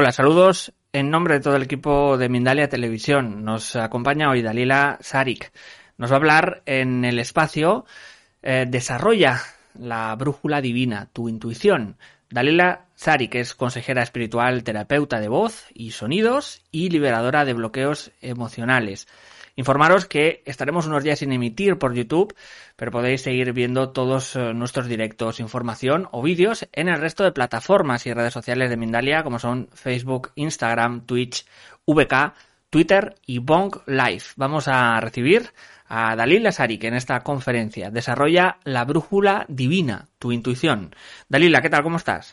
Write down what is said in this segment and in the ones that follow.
Hola, saludos en nombre de todo el equipo de Mindalia Televisión. Nos acompaña hoy Dalila Saric. Nos va a hablar en el espacio Desarrolla la brújula divina, tu intuición. Dalila Saric es consejera espiritual, terapeuta de voz y sonidos y liberadora de bloqueos emocionales. Informaros que estaremos unos días sin emitir por YouTube, pero podéis seguir viendo todos nuestros directos, información o vídeos en el resto de plataformas y redes sociales de Mindalia, como son Facebook, Instagram, Twitch, VK, Twitter y Bong Live. Vamos a recibir a Dalila Saric en esta conferencia. Desarrolla la brújula divina, tu intuición. Dalila, ¿qué tal? ¿Cómo estás?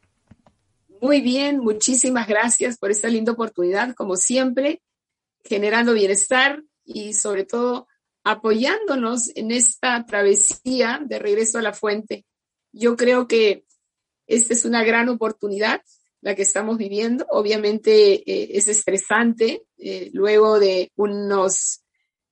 Muy bien, muchísimas gracias por esta linda oportunidad, como siempre, generando bienestar y sobre todo apoyándonos en esta travesía de regreso a la fuente. Yo creo que esta es una gran oportunidad la que estamos viviendo. Obviamente es estresante luego de unos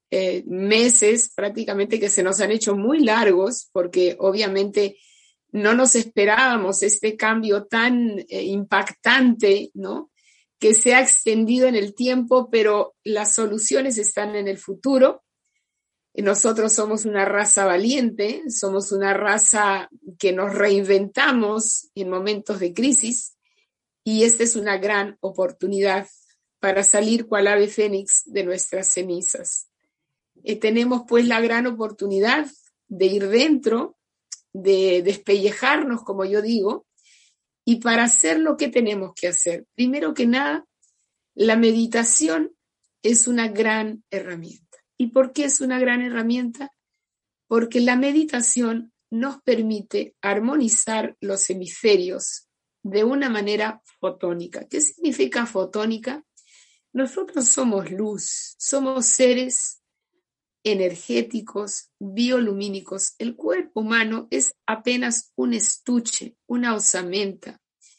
meses prácticamente que se nos han hecho muy largos, porque obviamente no nos esperábamos este cambio tan impactante, ¿no?, que se ha extendido en el tiempo, pero las soluciones están en el futuro. Nosotros somos una raza valiente, somos una raza que nos reinventamos en momentos de crisis, y esta es una gran oportunidad para salir cual ave fénix de nuestras cenizas. Tenemos pues la gran oportunidad de ir dentro, de despellejarnos, como yo digo, y para hacerlo, ¿qué tenemos que hacer? Primero que nada, la meditación es una gran herramienta. ¿Y por qué es una gran herramienta? Porque la meditación nos permite armonizar los hemisferios de una manera fotónica. ¿Qué significa fotónica? Nosotros somos luz, somos seres energéticos, biolumínicos. El cuerpo humano es apenas un estuche, una osamenta,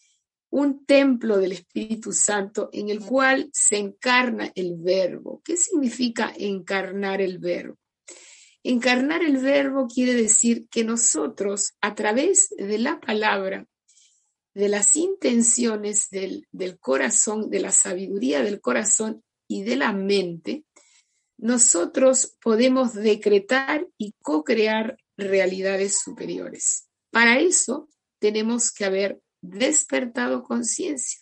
un templo del Espíritu Santo en el cual se encarna el verbo. ¿Qué significa encarnar el verbo? Encarnar el verbo quiere decir que nosotros, a través de la palabra, de las intenciones del corazón, de la sabiduría del corazón y de la mente, nosotros podemos decretar y co-crear realidades superiores. Para eso tenemos que haber despertado conciencia.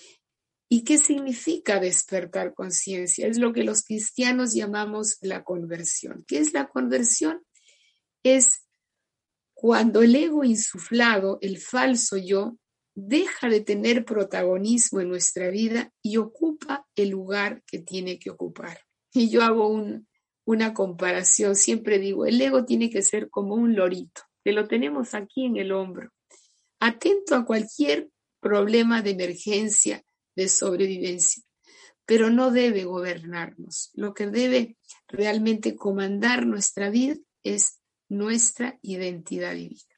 ¿Y qué significa despertar conciencia? Es lo que los cristianos llamamos la conversión. ¿Qué es la conversión? Es cuando el ego insuflado, el falso yo, deja de tener protagonismo en nuestra vida y ocupa el lugar que tiene que ocupar. Y yo hago una comparación, siempre digo, el ego tiene que ser como un lorito, que lo tenemos aquí en el hombro, atento a cualquier problema de emergencia, de sobrevivencia, pero no debe gobernarnos. Lo que debe realmente comandar nuestra vida es nuestra identidad divina.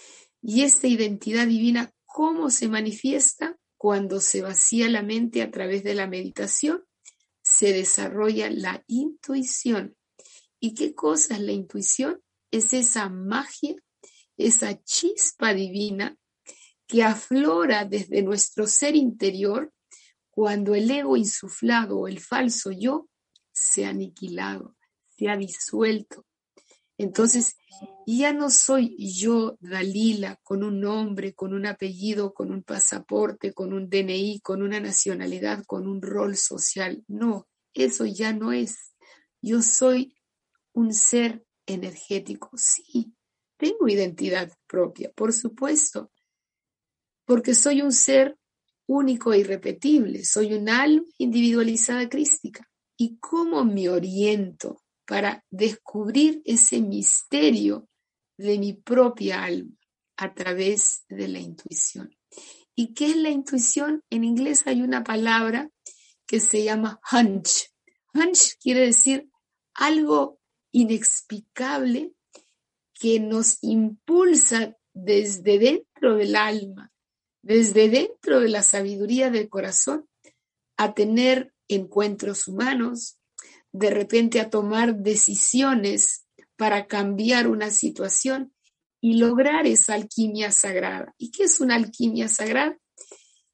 Y esta identidad divina, ¿cómo se manifiesta? Cuando se vacía la mente a través de la meditación, se desarrolla la intuición. ¿Y qué cosa es la intuición? Es esa magia, esa chispa divina que aflora desde nuestro ser interior cuando el ego insuflado o el falso yo se ha aniquilado, se ha disuelto. Entonces, ya no soy yo, Dalila, con un nombre, con un apellido, con un pasaporte, con un DNI, con una nacionalidad, con un rol social. No, eso ya no es. Yo soy un ser energético. Sí, tengo identidad propia, por supuesto, porque soy un ser único e irrepetible. Soy un alma individualizada crística. ¿Y cómo me oriento para descubrir ese misterio de mi propia alma? A través de la intuición. ¿Y qué es la intuición? En inglés hay una palabra que se llama hunch. Hunch quiere decir algo inexplicable que nos impulsa desde dentro del alma, desde dentro de la sabiduría del corazón, a tener encuentros humanos, de repente a tomar decisiones para cambiar una situación y lograr esa alquimia sagrada. ¿Y qué es una alquimia sagrada?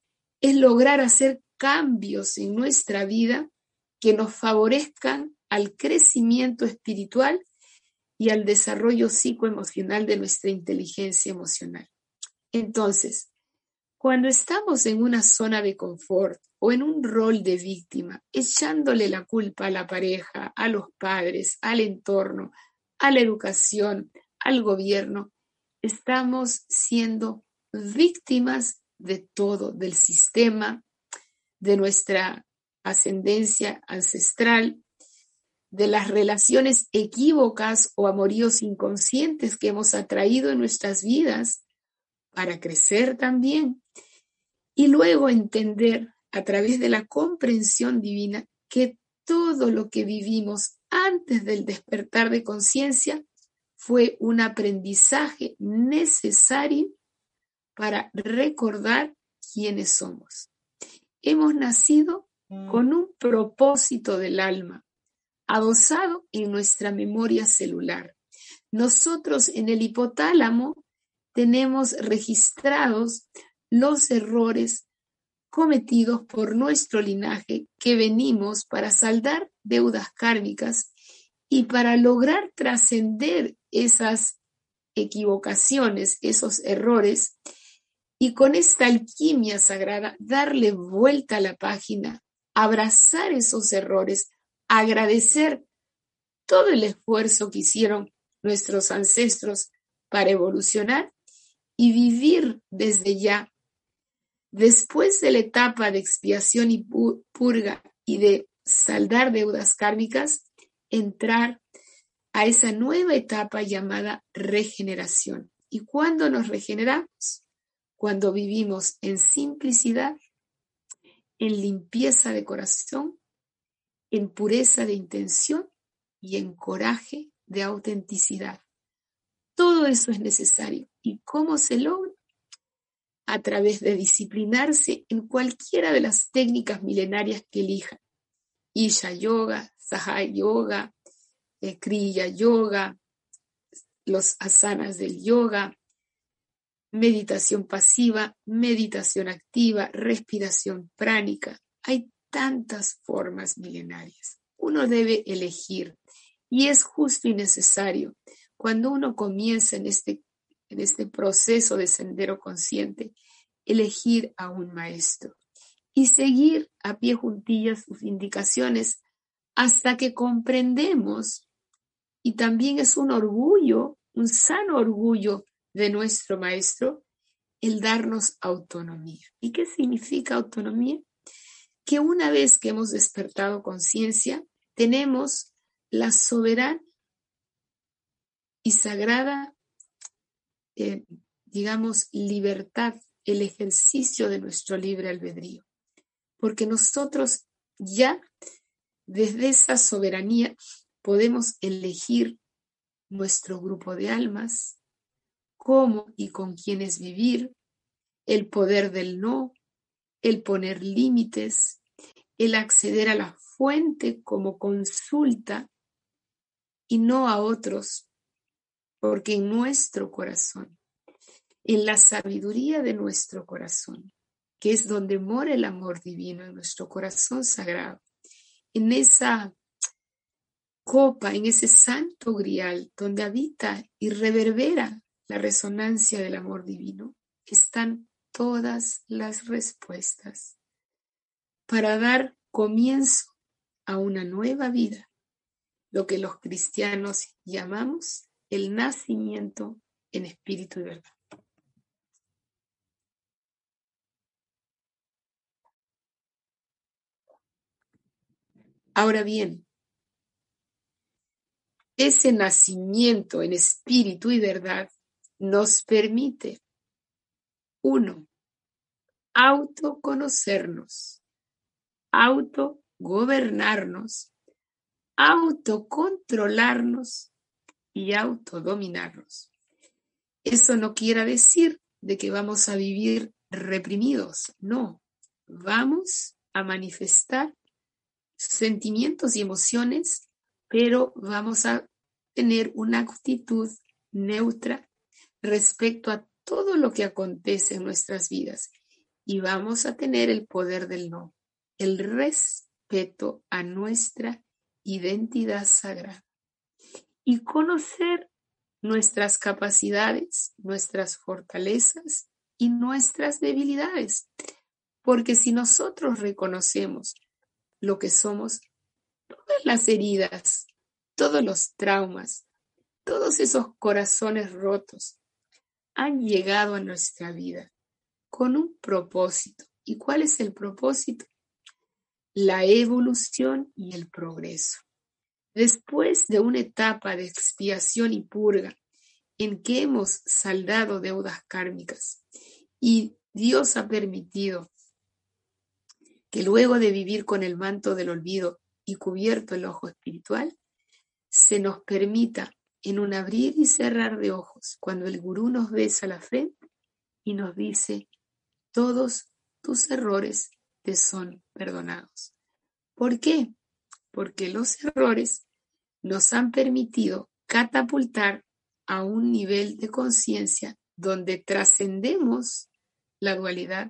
es lograr hacer cambios en nuestra vida que nos favorezcan al crecimiento espiritual y al desarrollo psicoemocional de nuestra inteligencia emocional. Entonces, cuando estamos en una zona de confort o en un rol de víctima, echándole la culpa a la pareja, a los padres, al entorno, a la educación, al gobierno, estamos siendo víctimas de todo, del sistema, de nuestra ascendencia ancestral, de las relaciones equívocas o amoríos inconscientes que hemos atraído en nuestras vidas para crecer también. Y luego entender a través de la comprensión divina que todo lo que vivimos antes del despertar de conciencia fue un aprendizaje necesario para recordar quiénes somos. Hemos nacido con un propósito del alma, adosado en nuestra memoria celular. Nosotros en el hipotálamo tenemos registrados los errores cometidos por nuestro linaje que venimos para saldar deudas kármicas y para lograr trascender esas equivocaciones, esos errores, y con esta alquimia sagrada darle vuelta a la página, abrazar esos errores, agradecer todo el esfuerzo que hicieron nuestros ancestros para evolucionar y vivir desde ya. Después de la etapa de expiación y purga y de saldar deudas kármicas, entrar a esa nueva etapa llamada regeneración. ¿Y cuándo nos regeneramos? Cuando vivimos en simplicidad, en limpieza de corazón, en pureza de intención y en coraje de autenticidad. Todo eso es necesario. ¿Y cómo se logra? A través de disciplinarse en cualquiera de las técnicas milenarias que elijan. Isha Yoga, Saha Yoga, Kriya Yoga, los asanas del yoga, meditación pasiva, meditación activa, respiración pránica. Hay tantas formas milenarias. Uno debe elegir y es justo y necesario cuando uno comienza en este proceso de sendero consciente, elegir a un maestro y seguir a pie juntillas sus indicaciones hasta que comprendemos, y también es un orgullo, un sano orgullo de nuestro maestro, el darnos autonomía. ¿Y qué significa autonomía? Que una vez que hemos despertado conciencia, tenemos la soberana y sagrada libertad, el ejercicio de nuestro libre albedrío. Porque nosotros ya desde esa soberanía podemos elegir nuestro grupo de almas, cómo y con quiénes vivir, el poder del no, el poner límites, el acceder a la fuente como consulta y no a otros, porque en nuestro corazón, en la sabiduría de nuestro corazón, que es donde mora el amor divino, en nuestro corazón sagrado, en esa copa, en ese santo grial, donde habita y reverbera la resonancia del amor divino, están todas las respuestas para dar comienzo a una nueva vida, lo que los cristianos llamamos el nacimiento en espíritu y verdad. Ahora bien, ese nacimiento en espíritu y verdad nos permite, 1, autoconocernos, autogobernarnos, autocontrolarnos y autodominarnos. Eso no quiere decir de que vamos a vivir reprimidos, no. Vamos a manifestar sentimientos y emociones, pero vamos a tener una actitud neutra respecto a todo lo que acontece en nuestras vidas y vamos a tener el poder del no, el respeto a nuestra identidad sagrada y conocer nuestras capacidades, nuestras fortalezas y nuestras debilidades. Porque si nosotros reconocemos lo que somos, todas las heridas, todos los traumas, todos esos corazones rotos han llegado a nuestra vida con un propósito. ¿Y cuál es el propósito? La evolución y el progreso. Después de una etapa de expiación y purga en que hemos saldado deudas kármicas y Dios ha permitido que luego de vivir con el manto del olvido y cubierto el ojo espiritual, se nos permita en un abrir y cerrar de ojos, cuando el gurú nos besa la frente y nos dice: todos tus errores te son perdonados. ¿Por qué? Porque los errores nos han permitido catapultar a un nivel de conciencia donde trascendemos la dualidad,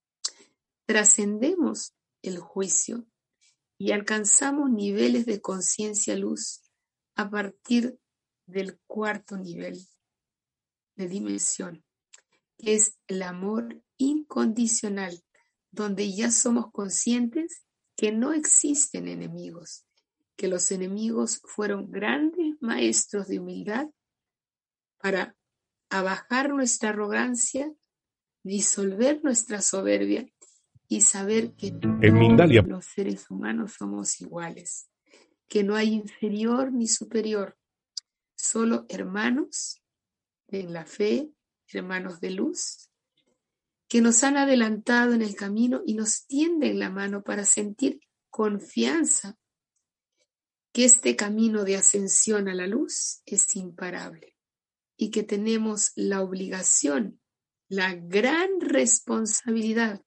trascendemos el juicio y alcanzamos niveles de conciencia luz a partir del cuarto nivel de dimensión, que es el amor incondicional, donde ya somos conscientes que no existen enemigos, que los enemigos fueron grandes maestros de humildad para abajar nuestra arrogancia, disolver nuestra soberbia y saber que todos los seres humanos somos iguales, que no hay inferior ni superior, solo hermanos en la fe, hermanos de luz, que nos han adelantado en el camino y nos tienden la mano para sentir confianza que este camino de ascensión a la luz es imparable y que tenemos la obligación, la gran responsabilidad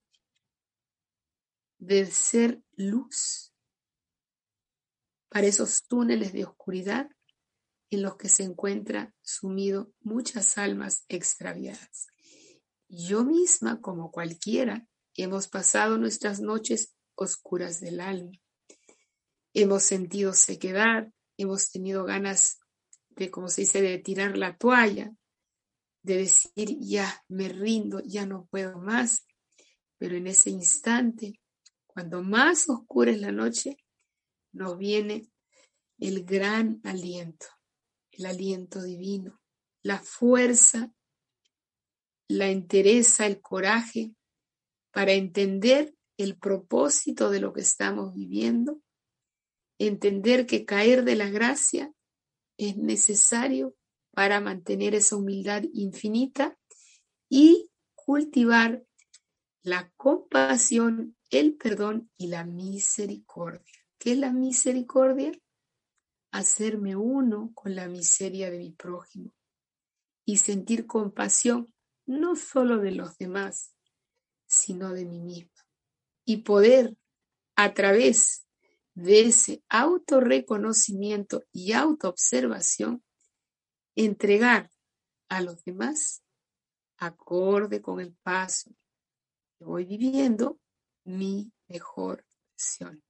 de ser luz para esos túneles de oscuridad en los que se encuentran sumido muchas almas extraviadas. Yo misma, como cualquiera, hemos pasado nuestras noches oscuras del alma. Hemos sentido sequedad, hemos tenido ganas de, como se dice, de tirar la toalla, de decir: ya me rindo, ya no puedo más. Pero en ese instante, cuando más oscura es la noche, nos viene el gran aliento, el aliento divino, la fuerza, la entereza, el coraje para entender el propósito de lo que estamos viviendo, entender que caer de la gracia es necesario para mantener esa humildad infinita y cultivar la compasión, el perdón y la misericordia. ¿Qué es la misericordia? Hacerme uno con la miseria de mi prójimo y sentir compasión no solo de los demás, sino de mí misma. Y poder, a través de ese autorreconocimiento y autoobservación, entregar a los demás, acorde con el paso que voy viviendo, mi mejor versión.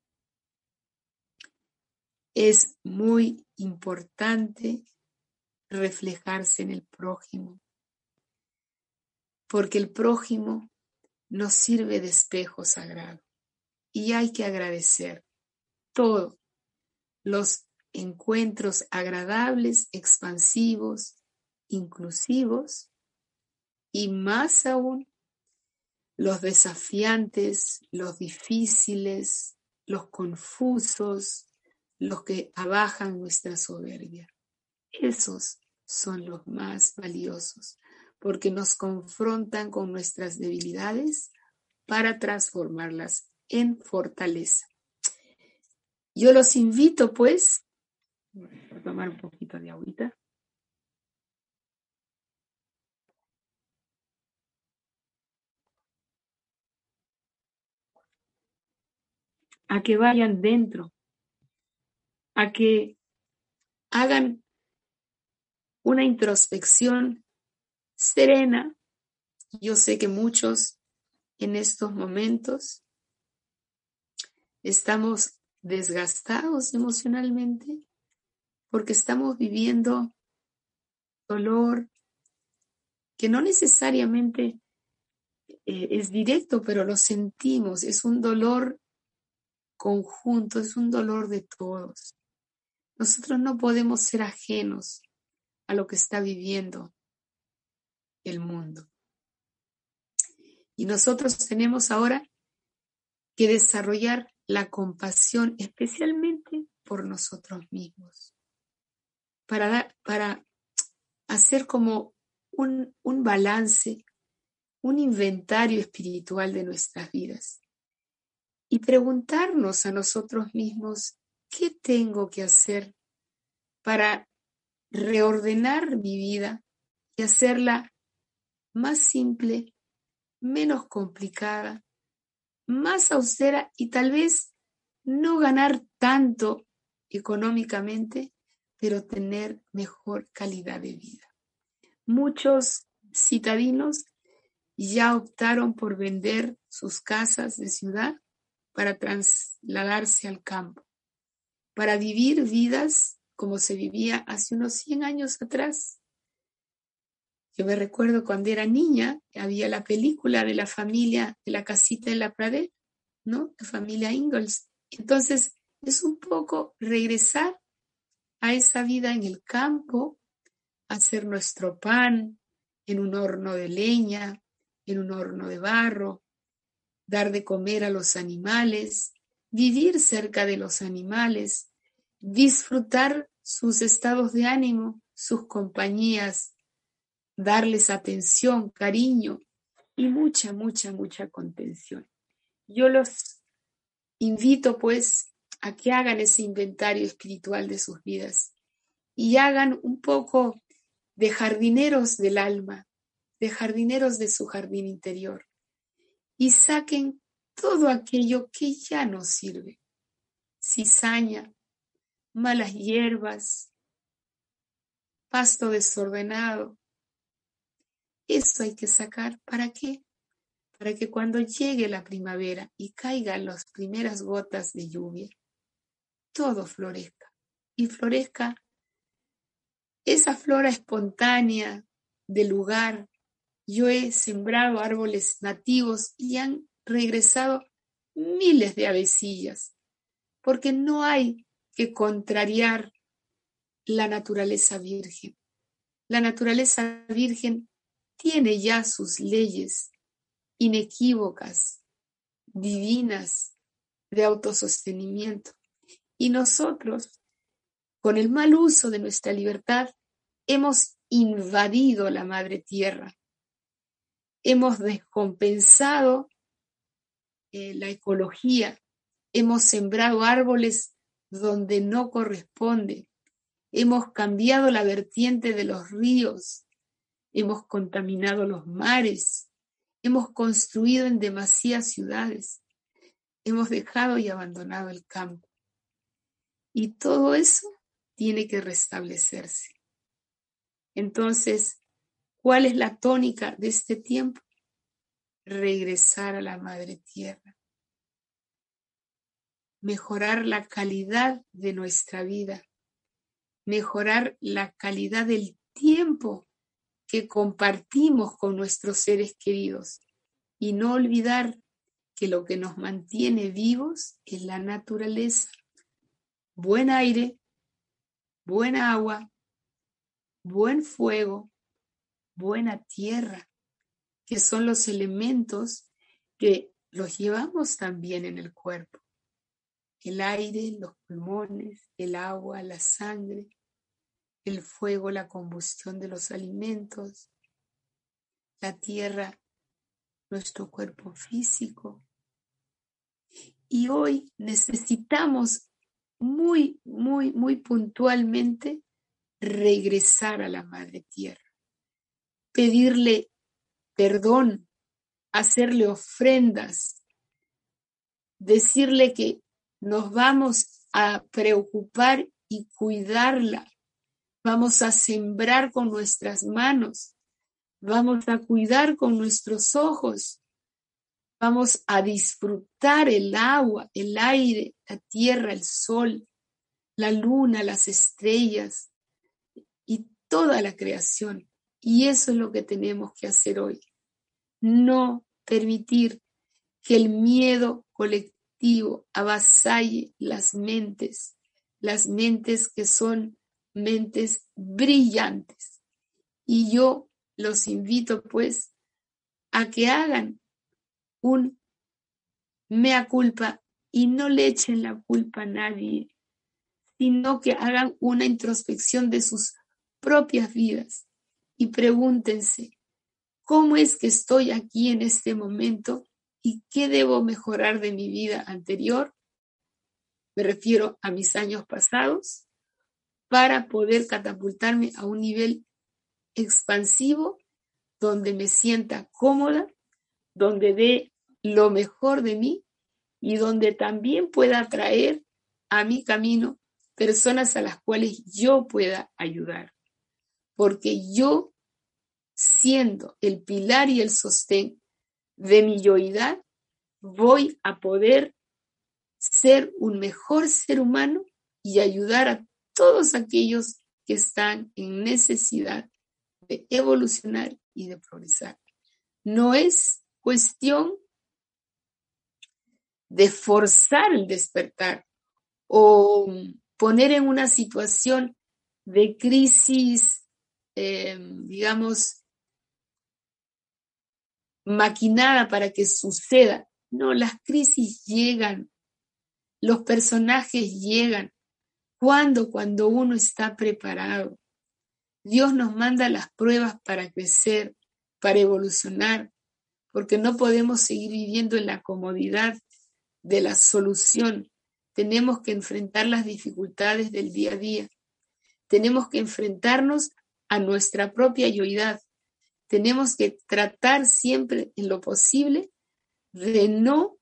Es muy importante reflejarse en el prójimo, porque el prójimo nos sirve de espejo sagrado y hay que agradecer todos los encuentros agradables, expansivos, inclusivos y más aún los desafiantes, los difíciles, los confusos, los que abajan nuestra soberbia. Esos son los más valiosos, porque nos confrontan con nuestras debilidades para transformarlas en fortaleza. Yo los invito, pues, a tomar un poquito de agüita. A que vayan dentro, a que hagan una introspección serena. Yo sé que muchos en estos momentos estamos desgastados emocionalmente porque estamos viviendo dolor que no necesariamente es directo, pero lo sentimos, es un dolor conjunto, es un dolor de todos. Nosotros no podemos ser ajenos a lo que está viviendo el mundo. Y nosotros tenemos ahora que desarrollar la compasión, especialmente por nosotros mismos, para hacer como un balance, un inventario espiritual de nuestras vidas y preguntarnos a nosotros mismos, ¿qué tengo que hacer para reordenar mi vida y hacerla más simple, menos complicada, más austera y tal vez no ganar tanto económicamente, pero tener mejor calidad de vida? Muchos citadinos ya optaron por vender sus casas de ciudad para trasladarse al campo, para vivir vidas como se vivía hace unos 100 años atrás. Yo me recuerdo cuando era niña, había la película de la familia de la casita en la pradera, ¿no? La familia Ingalls. Entonces, es un poco regresar a esa vida en el campo, hacer nuestro pan en un horno de leña, en un horno de barro, dar de comer a los animales, vivir cerca de los animales, disfrutar sus estados de ánimo, sus compañías, darles atención, cariño y mucha, mucha, mucha contención. Yo los invito pues a que hagan ese inventario espiritual de sus vidas y hagan un poco de jardineros del alma, de jardineros de su jardín interior y saquen todo aquello que ya no sirve. Cizaña, malas hierbas, pasto desordenado. Eso hay que sacar. ¿Para qué? Para que cuando llegue la primavera y caigan las primeras gotas de lluvia, todo florezca. Y florezca esa flora espontánea del lugar. Yo he sembrado árboles nativos y han regresado miles de avecillas, porque no hay que contrariar la naturaleza virgen. La naturaleza virgen tiene ya sus leyes inequívocas, divinas, de autosostenimiento. Y nosotros, con el mal uso de nuestra libertad, hemos invadido la madre tierra. Hemos descompensado la ecología. Hemos sembrado árboles donde no corresponde. Hemos cambiado la vertiente de los ríos. Hemos contaminado los mares. Hemos construido en demasiadas ciudades. Hemos dejado y abandonado el campo. Y todo eso tiene que restablecerse. Entonces, ¿cuál es la tónica de este tiempo? Regresar a la madre tierra. Mejorar la calidad de nuestra vida. Mejorar la calidad del tiempo que compartimos con nuestros seres queridos. Y no olvidar que lo que nos mantiene vivos es la naturaleza. Buen aire, buena agua, buen fuego, buena tierra, que son los elementos que los llevamos también en el cuerpo. El aire, los pulmones, el agua, la sangre, el fuego, la combustión de los alimentos, la tierra, nuestro cuerpo físico. Y hoy necesitamos muy, muy, muy puntualmente regresar a la madre tierra, pedirle perdón, hacerle ofrendas, decirle que nos vamos a preocupar y cuidarla, vamos a sembrar con nuestras manos, vamos a cuidar con nuestros ojos, Vamos a disfrutar el agua, el aire, la tierra, el sol, la luna, las estrellas y toda la creación. Y eso es lo que tenemos que hacer hoy. No permitir que el miedo colectivo avasalle las mentes que son mentes brillantes. Y yo los invito pues a que hagan un mea culpa y no le echen la culpa a nadie, sino que hagan una introspección de sus propias vidas y pregúntense, ¿cómo es que estoy aquí en este momento y qué debo mejorar de mi vida anterior? Me refiero a mis años pasados, para poder catapultarme a un nivel expansivo donde me sienta cómoda, donde dé lo mejor de mí y donde también pueda atraer a mi camino personas a las cuales yo pueda ayudar. Porque yo, siendo el pilar y el sostén de mi yoidad, voy a poder ser un mejor ser humano y ayudar a todos aquellos que están en necesidad de evolucionar y de progresar. No es cuestión de forzar el despertar o poner en una situación de crisis, digamos, maquinada para que suceda. No, las crisis llegan, los personajes llegan. ¿Cuándo? Cuando uno está preparado. Dios nos manda las pruebas para crecer, para evolucionar, porque no podemos seguir viviendo en la comodidad de la solución. Tenemos que enfrentar las dificultades del día a día. Tenemos que enfrentarnos a nuestra propia yoidad. Tenemos que tratar siempre en lo posible de no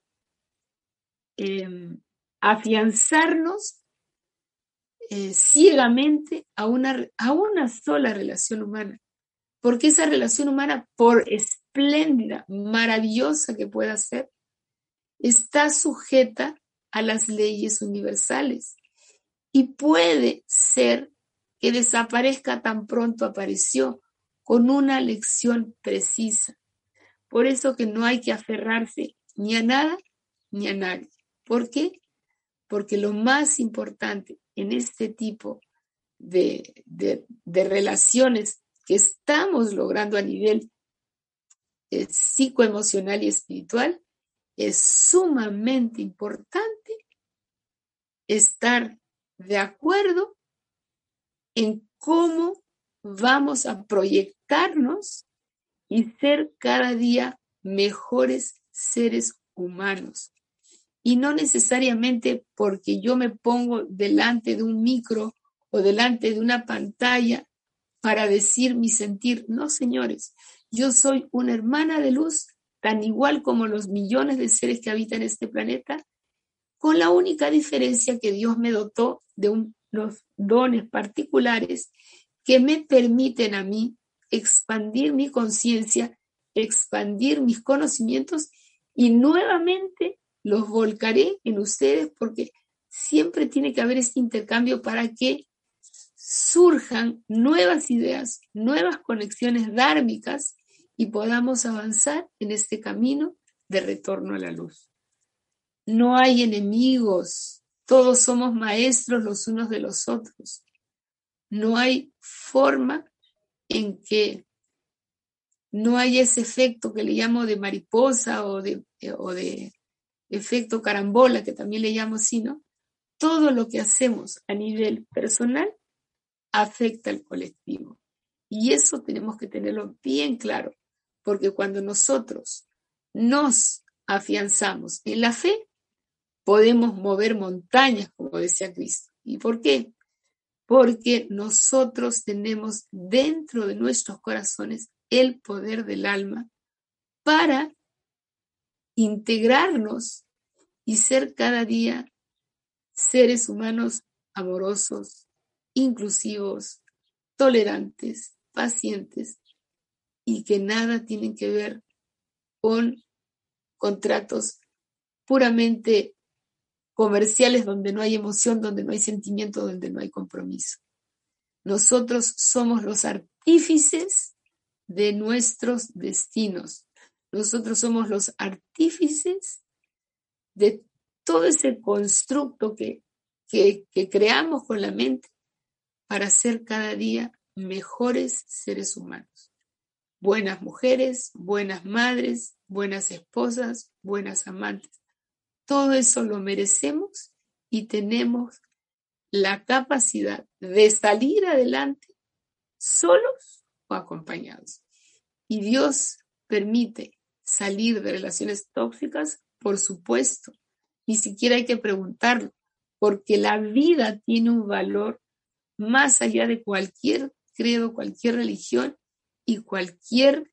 afianzarnos ciegamente a una sola relación humana. Porque esa relación humana, por espléndida, maravillosa que pueda ser, está sujeta a las leyes universales. Y puede ser que desaparezca tan pronto apareció, con una lección precisa. Por eso que no hay que aferrarse ni a nada ni a nadie. ¿Por qué? Porque lo más importante en este tipo de relaciones que estamos logrando a nivel psicoemocional y espiritual, es sumamente importante estar de acuerdo en cómo vamos a proyectarnos y ser cada día mejores seres humanos. Y no necesariamente porque yo me pongo delante de un micro o delante de una pantalla para decir mi sentir. No, señores, yo soy una hermana de luz, tan igual como los millones de seres que habitan este planeta, con la única diferencia que Dios me dotó de unos dones particulares que me permiten a mí expandir mi conciencia, expandir mis conocimientos y nuevamente los volcaré en ustedes porque siempre tiene que haber este intercambio para que surjan nuevas ideas, nuevas conexiones dármicas y podamos avanzar en este camino de retorno a la luz. No hay enemigos, todos somos maestros los unos de los otros. No hay forma en que no haya ese efecto que le llamo de mariposa o de efecto carambola, que también le llamo así, ¿no? Todo lo que hacemos a nivel personal afecta al colectivo. Y eso tenemos que tenerlo bien claro, porque cuando nosotros nos afianzamos en la fe, podemos mover montañas, como decía Cristo. ¿Y por qué? Porque nosotros tenemos dentro de nuestros corazones el poder del alma para integrarnos y ser cada día seres humanos amorosos, inclusivos, tolerantes, pacientes y que nada tienen que ver con contratos puramente comerciales donde no hay emoción, donde no hay sentimiento, donde no hay compromiso. Nosotros somos los artífices de nuestros destinos. Nosotros somos los artífices de todo ese constructo que creamos con la mente para ser cada día mejores seres humanos. Buenas mujeres, buenas madres, buenas esposas, buenas amantes. Todo eso lo merecemos y tenemos la capacidad de salir adelante solos o acompañados. Y Dios permite salir de relaciones tóxicas, por supuesto. Ni siquiera hay que preguntarlo, porque la vida tiene un valor más allá de cualquier credo, cualquier religión y cualquier,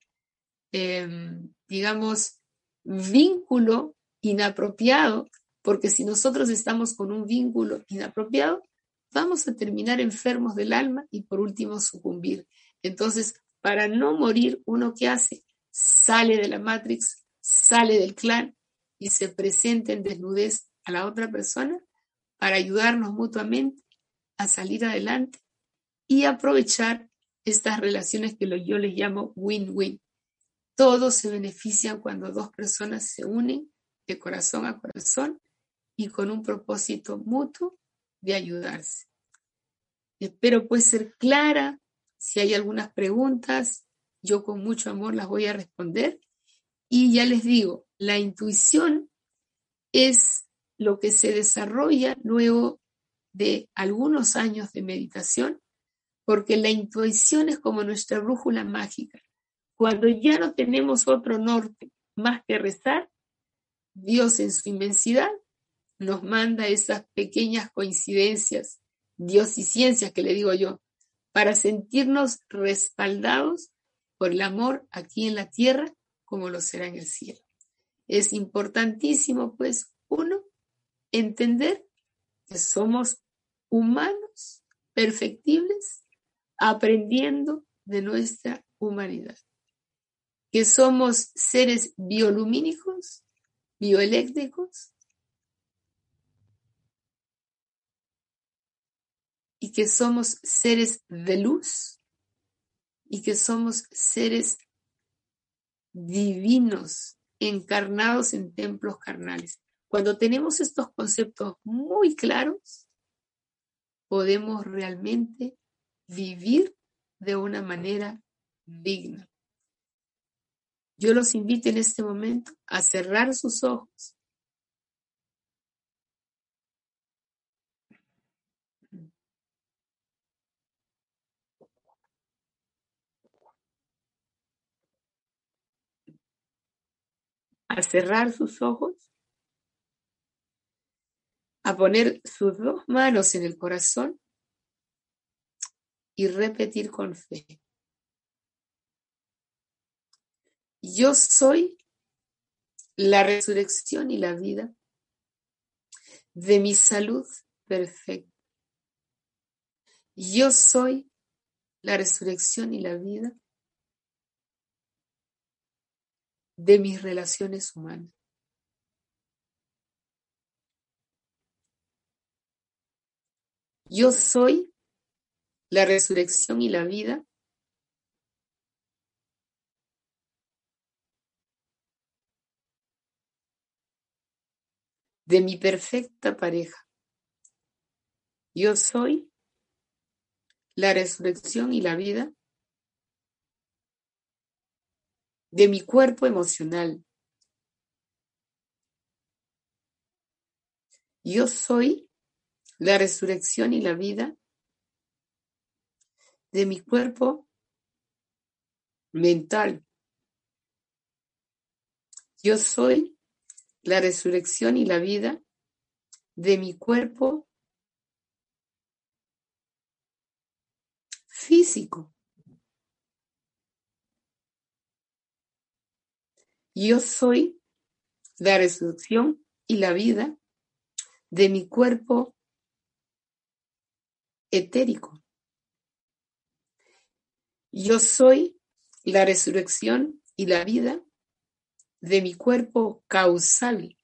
digamos, vínculo inapropiado, porque si nosotros estamos con un vínculo inapropiado, vamos a terminar enfermos del alma y por último sucumbir. Entonces, para no morir, ¿uno qué hace? Sale de la Matrix, sale del clan y se presenta en desnudez a la otra persona para ayudarnos mutuamente a salir adelante y aprovechar estas relaciones que yo les llamo win-win. Todos se benefician cuando dos personas se unen de corazón a corazón y con un propósito mutuo de ayudarse. Espero pues ser clara. Si hay algunas preguntas, yo con mucho amor las voy a responder. Y ya les digo, la intuición es lo que se desarrolla luego de algunos años de meditación, porque la intuición es como nuestra brújula mágica. Cuando ya no tenemos otro norte más que rezar, Dios en su inmensidad nos manda esas pequeñas coincidencias, Dios y ciencias que le digo yo, para sentirnos respaldados por el amor aquí en la tierra como lo será en el cielo. Es importantísimo, pues, uno, entender que somos humanos perfectibles aprendiendo de nuestra humanidad, que somos seres biolumínicos, bioeléctricos, y que somos seres de luz y que somos seres divinos encarnados en templos carnales. Cuando tenemos estos conceptos muy claros, podemos realmente vivir de una manera digna. Yo los invito en este momento a cerrar sus ojos. A cerrar sus ojos, a poner sus dos manos en el corazón y repetir con fe. Yo soy la resurrección y la vida de mi salud perfecta. Yo soy la resurrección y la vida de mis relaciones humanas. Yo soy la resurrección y la vida de mi perfecta pareja. Yo soy la resurrección y la vida de mi cuerpo emocional. Yo soy la resurrección y la vida de mi cuerpo mental. Yo soy la resurrección y la vida de mi cuerpo físico. Yo soy la resurrección y la vida de mi cuerpo etérico. Yo soy la resurrección y la vida de mi cuerpo causal.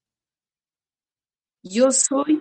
Yo soy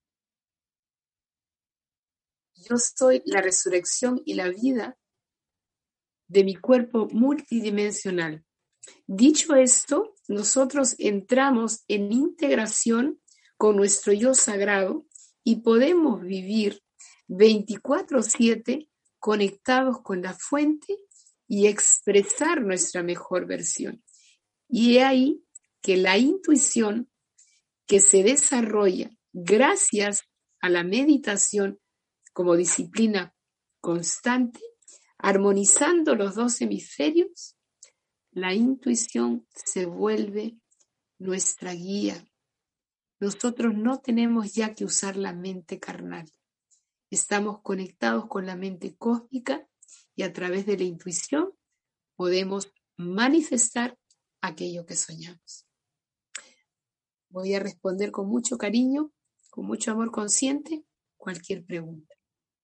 la resurrección y la vida de mi cuerpo multidimensional. Dicho esto, nosotros entramos en integración con nuestro yo sagrado y podemos vivir 24/7 conectados con la fuente y expresar nuestra mejor versión. Y es ahí que la intuición que se desarrolla gracias a la meditación como disciplina constante, armonizando los dos hemisferios, la intuición se vuelve nuestra guía. Nosotros no tenemos ya que usar la mente carnal. Estamos conectados con la mente cósmica y a través de la intuición podemos manifestar aquello que soñamos. Voy a responder con mucho cariño, con mucho amor consciente, cualquier pregunta.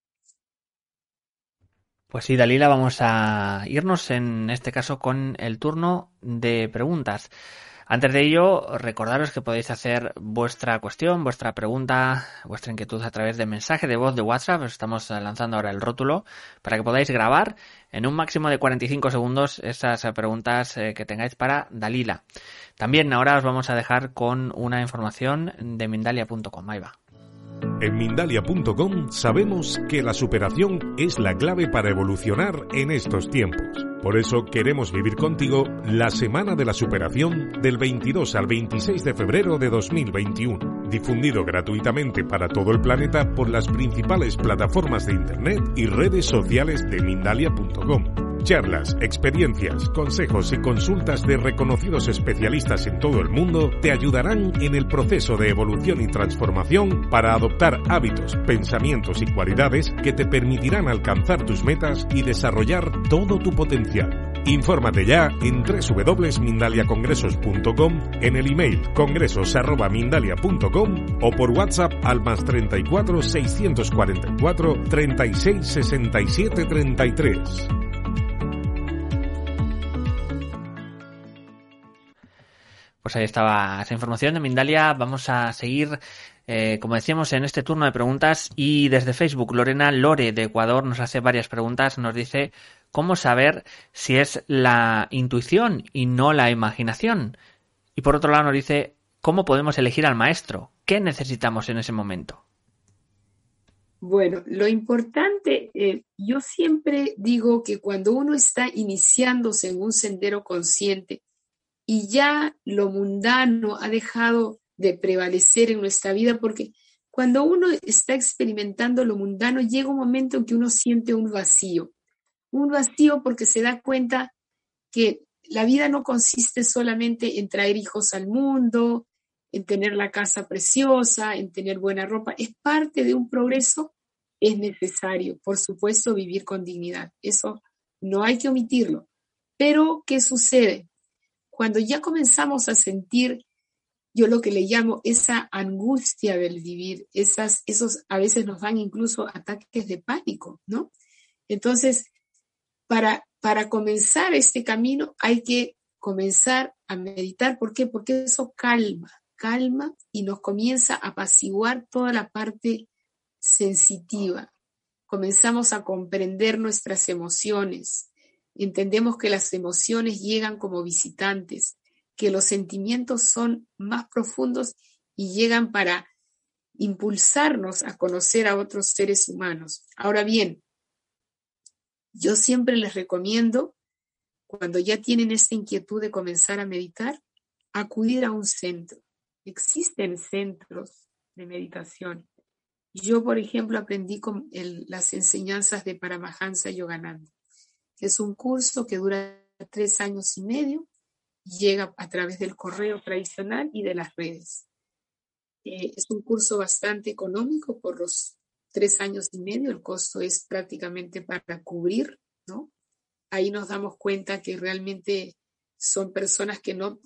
Pues sí, Dalila, vamos a irnos en este caso con el turno de preguntas. Antes de ello, recordaros que podéis hacer vuestra cuestión, vuestra pregunta, vuestra inquietud a través de mensaje de voz de WhatsApp. Estamos lanzando ahora el rótulo para que podáis grabar en un máximo de 45 segundos esas preguntas que tengáis para Dalila. También ahora os vamos a dejar con una información de Mindalia.com. Ahí va. En Mindalia.com sabemos que la superación es la clave para evolucionar en estos tiempos. Por eso queremos vivir contigo la Semana de la Superación del 22 al 26 de febrero de 2021, difundido gratuitamente para todo el planeta por las principales plataformas de Internet y redes sociales de Mindalia.com. Charlas, experiencias, consejos y consultas de reconocidos especialistas en todo el mundo te ayudarán en el proceso de evolución y transformación para adoptar hábitos, pensamientos y cualidades que te permitirán alcanzar tus metas y desarrollar todo tu potencial. Infórmate ya en www.mindaliacongresos.com, en el email congresos@mindalia.com o por WhatsApp al +34 644 36 67 33. Pues ahí estaba esa información de Mindalia. Vamos a seguir, como decíamos, en este turno de preguntas. Y desde Facebook, Lorena Lore de Ecuador nos hace varias preguntas. Nos dice, ¿cómo saber si es la intuición y no la imaginación? Y por otro lado nos dice, ¿cómo podemos elegir al maestro? ¿Qué necesitamos en ese momento? Bueno, lo importante, yo siempre digo que cuando uno está iniciándose en un sendero consciente, y ya lo mundano ha dejado de prevalecer en nuestra vida, porque cuando uno está experimentando lo mundano, llega un momento en que uno siente un vacío porque se da cuenta que la vida no consiste solamente en traer hijos al mundo, en tener la casa preciosa, en tener buena ropa, es parte de un progreso, es necesario, por supuesto, vivir con dignidad, eso no hay que omitirlo, pero ¿qué sucede? Cuando ya comenzamos a sentir, yo lo que le llamo esa angustia del vivir, esos a veces nos dan incluso ataques de pánico, ¿no? Entonces, para comenzar este camino hay que comenzar a meditar. ¿Por qué? Porque eso calma y nos comienza a apaciguar toda la parte sensitiva. Comenzamos a comprender nuestras emociones. Entendemos que las emociones llegan como visitantes, que los sentimientos son más profundos y llegan para impulsarnos a conocer a otros seres humanos. Ahora bien, yo siempre les recomiendo, cuando ya tienen esta inquietud de comenzar a meditar, acudir a un centro. Existen centros de meditación. Yo, por ejemplo, aprendí con las enseñanzas de Paramahansa Yogananda. Es un curso que dura 3 años y medio, llega a través del correo tradicional y de las redes. Es un curso bastante económico por los 3 años y medio, el costo es prácticamente para cubrir, ¿no? Ahí nos damos cuenta que realmente son personas que no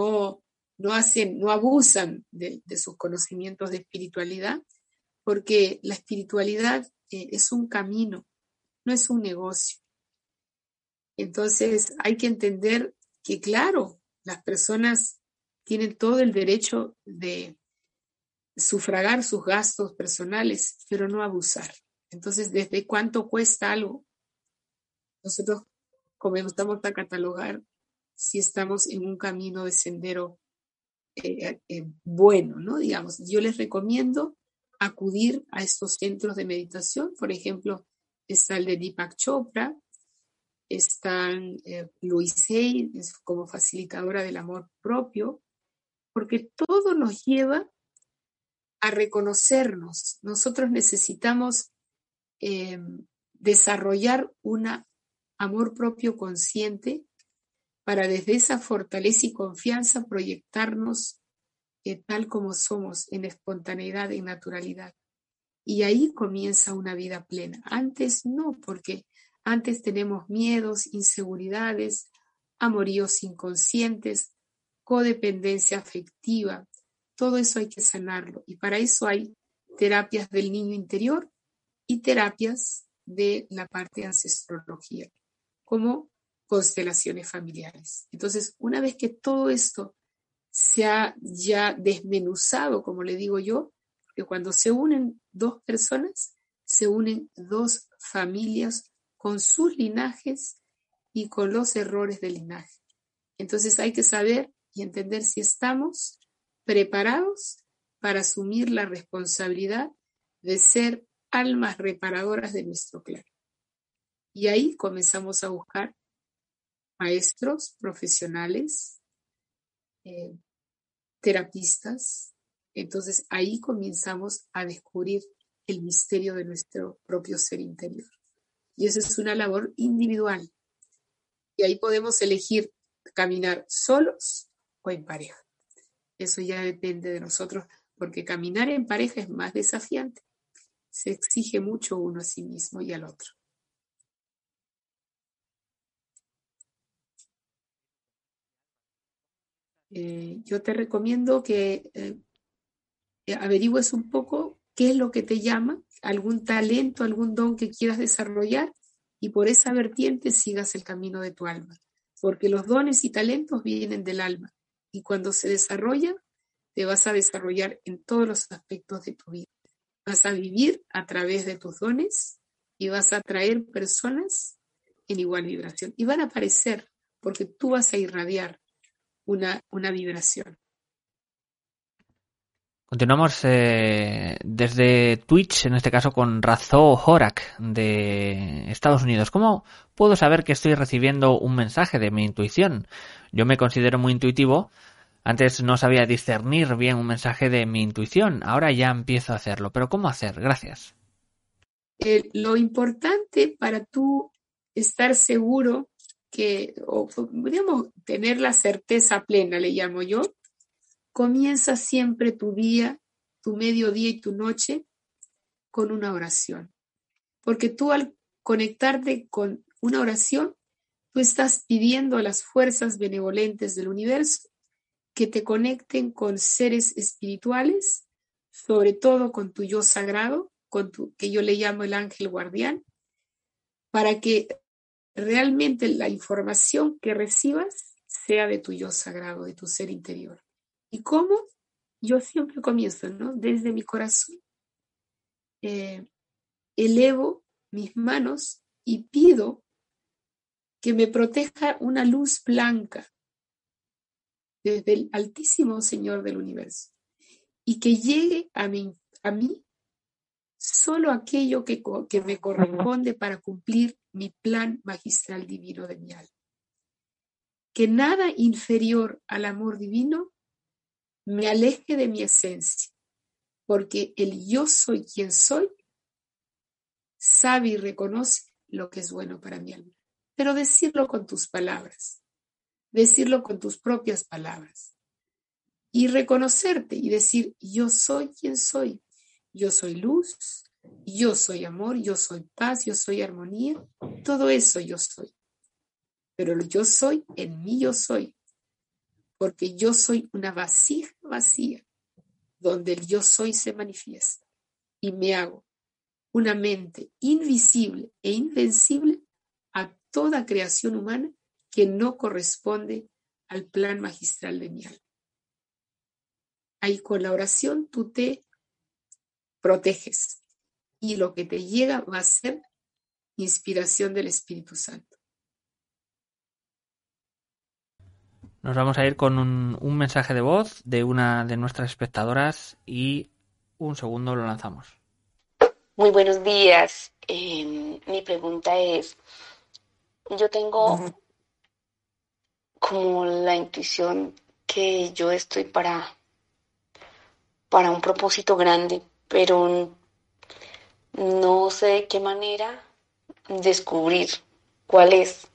abusan de sus conocimientos de espiritualidad, porque la espiritualidad es un camino, no es un negocio. Entonces hay que entender que, claro, Las personas tienen todo el derecho de sufragar sus gastos personales, pero no abusar. Entonces, ¿desde cuánto cuesta algo? Nosotros comenzamos a catalogar si estamos en un camino de sendero bueno, ¿no? Digamos, yo les recomiendo acudir a estos centros de meditación. Por ejemplo, está el de Deepak Chopra, están Louise Hay como facilitadora del amor propio, porque todo nos lleva a reconocernos. Nosotros necesitamos desarrollar un amor propio consciente para desde esa fortaleza y confianza proyectarnos tal como somos, en espontaneidad, en naturalidad. Y ahí comienza una vida plena. Antes no, porque antes tenemos miedos, inseguridades, amoríos inconscientes, codependencia afectiva. Todo eso hay que sanarlo. Y para eso hay terapias del niño interior y terapias de la parte de ancestrología, como constelaciones familiares. Entonces, una vez que todo esto se ha ya desmenuzado, como le digo yo, que cuando se unen dos personas, se unen dos familias con sus linajes y con los errores del linaje. Entonces hay que saber y entender si estamos preparados para asumir la responsabilidad de ser almas reparadoras de nuestro clan. Y ahí comenzamos a buscar maestros profesionales, terapistas. Entonces ahí comenzamos a descubrir el misterio de nuestro propio ser interior. Y eso es una labor individual. Y ahí podemos elegir caminar solos o en pareja. Eso ya depende de nosotros, porque caminar en pareja es más desafiante. Se exige mucho uno a sí mismo y al otro. Yo te recomiendo que averigües un poco qué es lo que te llama, algún talento, algún don que quieras desarrollar, y por esa vertiente sigas el camino de tu alma. Porque los dones y talentos vienen del alma, y cuando se desarrollan, te vas a desarrollar en todos los aspectos de tu vida. Vas a vivir a través de tus dones y vas a atraer personas en igual vibración. Y van a aparecer porque tú vas a irradiar una vibración. Continuamos desde Twitch, en este caso con Razo Horak de Estados Unidos. ¿Cómo puedo saber que estoy recibiendo un mensaje de mi intuición? Yo me considero muy intuitivo. Antes no sabía discernir bien un mensaje de mi intuición. Ahora ya empiezo a hacerlo. ¿Pero cómo hacer? Gracias. Lo importante para tú estar seguro o podríamos tener la certeza plena, le llamo yo, comienza siempre tu día, tu mediodía y tu noche con una oración. Porque tú al conectarte con una oración, tú estás pidiendo a las fuerzas benevolentes del universo que te conecten con seres espirituales, sobre todo con tu yo sagrado, que yo le llamo el ángel guardián, para que realmente la información que recibas sea de tu yo sagrado, de tu ser interior. ¿Y cómo? Yo siempre comienzo, ¿no? Desde mi corazón. Elevo mis manos y pido que me proteja una luz blanca desde el Altísimo Señor del Universo y que llegue a mí solo aquello que me corresponde para cumplir mi plan magistral divino de mi alma. Que nada inferior al amor divino me aleje de mi esencia, porque el yo soy quien soy sabe y reconoce lo que es bueno para mi alma. Pero decirlo con tus palabras, decirlo con tus propias palabras y reconocerte y decir, yo soy quien soy, yo soy luz, yo soy amor, yo soy paz, yo soy armonía, todo eso yo soy. Pero el yo soy, en mí yo soy, porque yo soy una vasija vacía, donde el yo soy se manifiesta y me hago una mente invisible e invencible a toda creación humana que no corresponde al plan magistral de mi alma. Ahí con la oración tú te proteges y lo que te llega va a ser inspiración del Espíritu Santo. Nos vamos a ir con un mensaje de voz de una de nuestras espectadoras y un segundo lo lanzamos. Muy buenos días. Mi pregunta es, yo tengo como la intuición que yo estoy para un propósito grande, pero no sé de qué manera descubrir cuál es.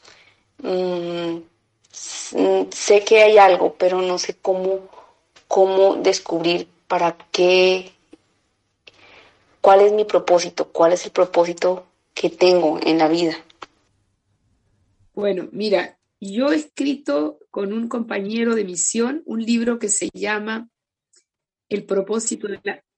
Sé que hay algo, pero no sé cómo descubrir para qué, cuál es mi propósito, cuál es el propósito que tengo en la vida. Bueno, mira, yo he escrito con un compañero de misión un libro que se llama El propósito de la...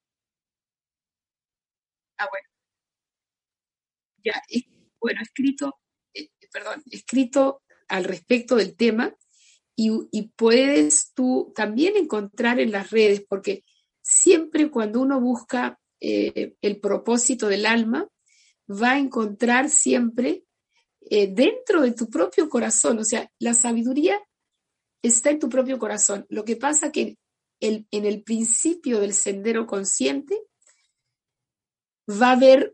escrito al respecto del tema y puedes tú también encontrar en las redes, porque siempre cuando uno busca el propósito del alma, va a encontrar siempre dentro de tu propio corazón, o sea, la sabiduría está en tu propio corazón. Lo que pasa que en el principio del sendero consciente va a haber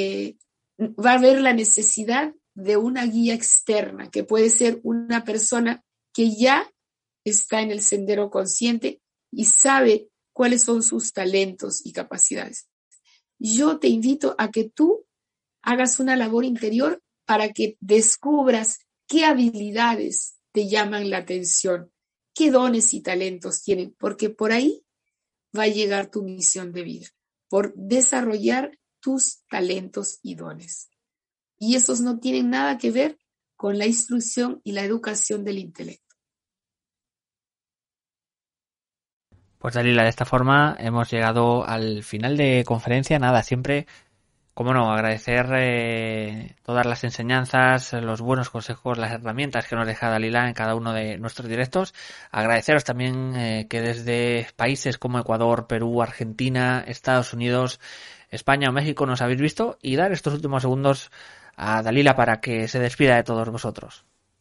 la necesidad de una guía externa, que puede ser una persona que ya está en el sendero consciente y sabe cuáles son sus talentos y capacidades. Yo te invito a que tú hagas una labor interior para que descubras qué habilidades te llaman la atención, qué dones y talentos tienen, porque por ahí va a llegar tu misión de vida, por desarrollar tus talentos y dones. Y esos no tienen nada que ver con la instrucción y la educación del intelecto. Pues Dalila, de esta forma hemos llegado al final de conferencia. Nada, siempre, como no, agradecer todas las enseñanzas, los buenos consejos, las herramientas que nos deja Dalila en cada uno de nuestros directos. Agradeceros también que desde países como Ecuador, Perú, Argentina, Estados Unidos, España o México nos habéis visto, y dar estos últimos segundos a Dalila para que se despida de todos vosotros.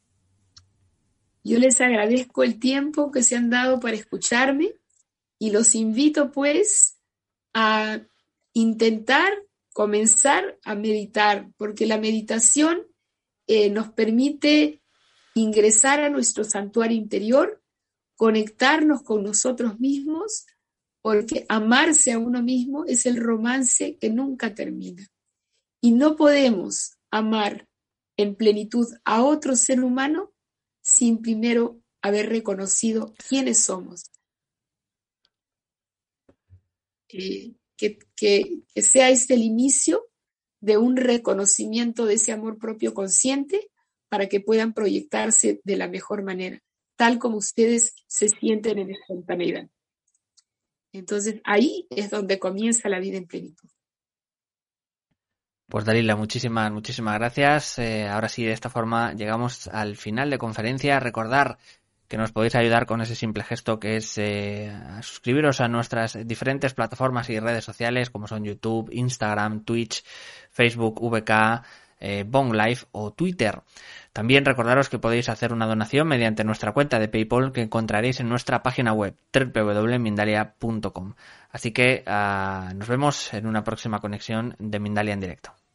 Yo les agradezco el tiempo que se han dado para escucharme y los invito pues a intentar comenzar a meditar, porque la meditación nos permite ingresar a nuestro santuario interior, conectarnos con nosotros mismos, porque amarse a uno mismo es el romance que nunca termina. Y no podemos amar en plenitud a otro ser humano sin primero haber reconocido quiénes somos. Que sea este el inicio de un reconocimiento de ese amor propio consciente para que puedan proyectarse de la mejor manera, tal como ustedes se sienten en espontaneidad. Entonces ahí es donde comienza la vida en plenitud. Pues Dalila, muchísimas gracias. Ahora sí, de esta forma llegamos al final de conferencia. Recordar que nos podéis ayudar con ese simple gesto que es suscribiros a nuestras diferentes plataformas y redes sociales como son YouTube, Instagram, Twitch, Facebook, VK, Bong Live o Twitter. También recordaros que podéis hacer una donación mediante nuestra cuenta de PayPal que encontraréis en nuestra página web www.mindalia.com. Así que nos vemos en una próxima conexión de Mindalia en directo.